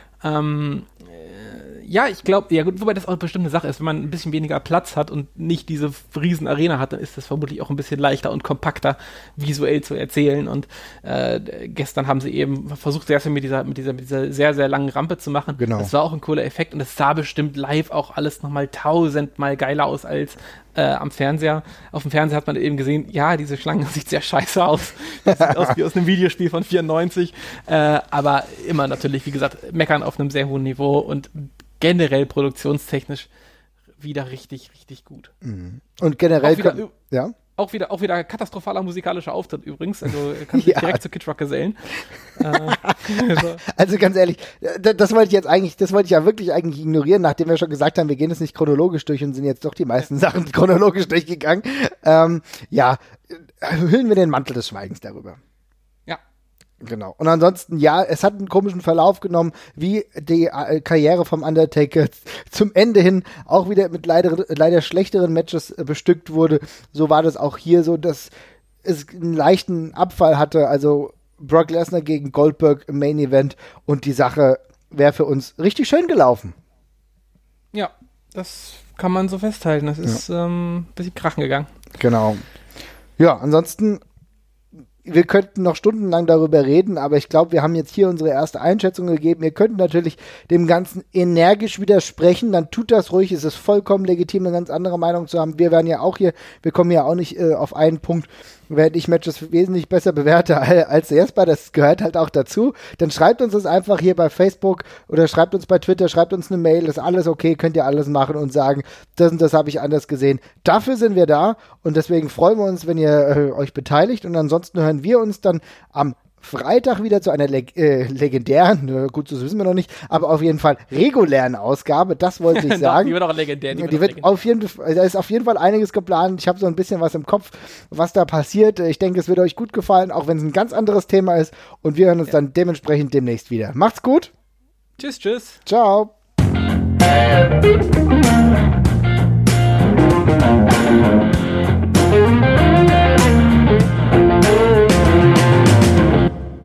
ich glaube, wobei das auch bestimmt eine Sache ist, wenn man ein bisschen weniger Platz hat und nicht diese riesen Arena hat, dann ist das vermutlich auch ein bisschen leichter und kompakter visuell zu erzählen, und gestern haben sie eben versucht, sehr viel mit dieser sehr, sehr langen Rampe zu machen. Genau. Das war auch ein cooler Effekt, und das sah bestimmt live auch alles nochmal 1000-mal geiler aus als am Fernseher. Auf dem Fernseher hat man eben gesehen, ja, diese Schlange sieht sehr scheiße aus. Das sieht aus wie aus einem Videospiel von 94. Aber immer natürlich, wie gesagt, meckern auf einem sehr hohen Niveau, und generell produktionstechnisch wieder richtig, richtig gut. Und generell auch wieder katastrophaler musikalischer Auftritt übrigens. Also kann sich direkt zu Kid Rock gesellen. Also ganz ehrlich, das wollte ich ja wirklich eigentlich ignorieren, nachdem wir schon gesagt haben, wir gehen es nicht chronologisch durch und sind jetzt doch die meisten Sachen chronologisch durchgegangen. Hüllen wir den Mantel des Schweigens darüber. Genau. Und ansonsten, es hat einen komischen Verlauf genommen, wie die Karriere vom Undertaker zum Ende hin auch wieder mit leider schlechteren Matches bestückt wurde. So war das auch hier so, dass es einen leichten Abfall hatte. Also Brock Lesnar gegen Goldberg im Main Event und die Sache wäre für uns richtig schön gelaufen. Ja, das kann man so festhalten. Das ist ein bisschen krachen gegangen. Genau. Ja, ansonsten wir könnten noch stundenlang darüber reden, aber ich glaube, wir haben jetzt hier unsere erste Einschätzung gegeben. Ihr könnt natürlich dem Ganzen energisch widersprechen, dann tut das ruhig. Es ist vollkommen legitim, eine ganz andere Meinung zu haben. Wir werden ja auch hier, wir kommen ja auch nicht auf einen Punkt, während ich Matches wesentlich besser bewerte als Jesper, das gehört halt auch dazu. Dann schreibt uns das einfach hier bei Facebook oder schreibt uns bei Twitter, schreibt uns eine Mail, ist alles okay, könnt ihr alles machen und sagen, das und das habe ich anders gesehen. Dafür sind wir da und deswegen freuen wir uns, wenn ihr euch beteiligt und ansonsten hören wir uns dann am Freitag wieder zu einer legendären, gut, das wissen wir noch nicht, aber auf jeden Fall regulären Ausgabe, das wollte ich sagen. Die wird auch legendär. Die wird auf jeden Fall, da ist auf jeden Fall einiges geplant. Ich habe so ein bisschen was im Kopf, was da passiert. Ich denke, es wird euch gut gefallen, auch wenn es ein ganz anderes Thema ist und wir hören uns dann dementsprechend demnächst wieder. Macht's gut. Tschüss. Ciao.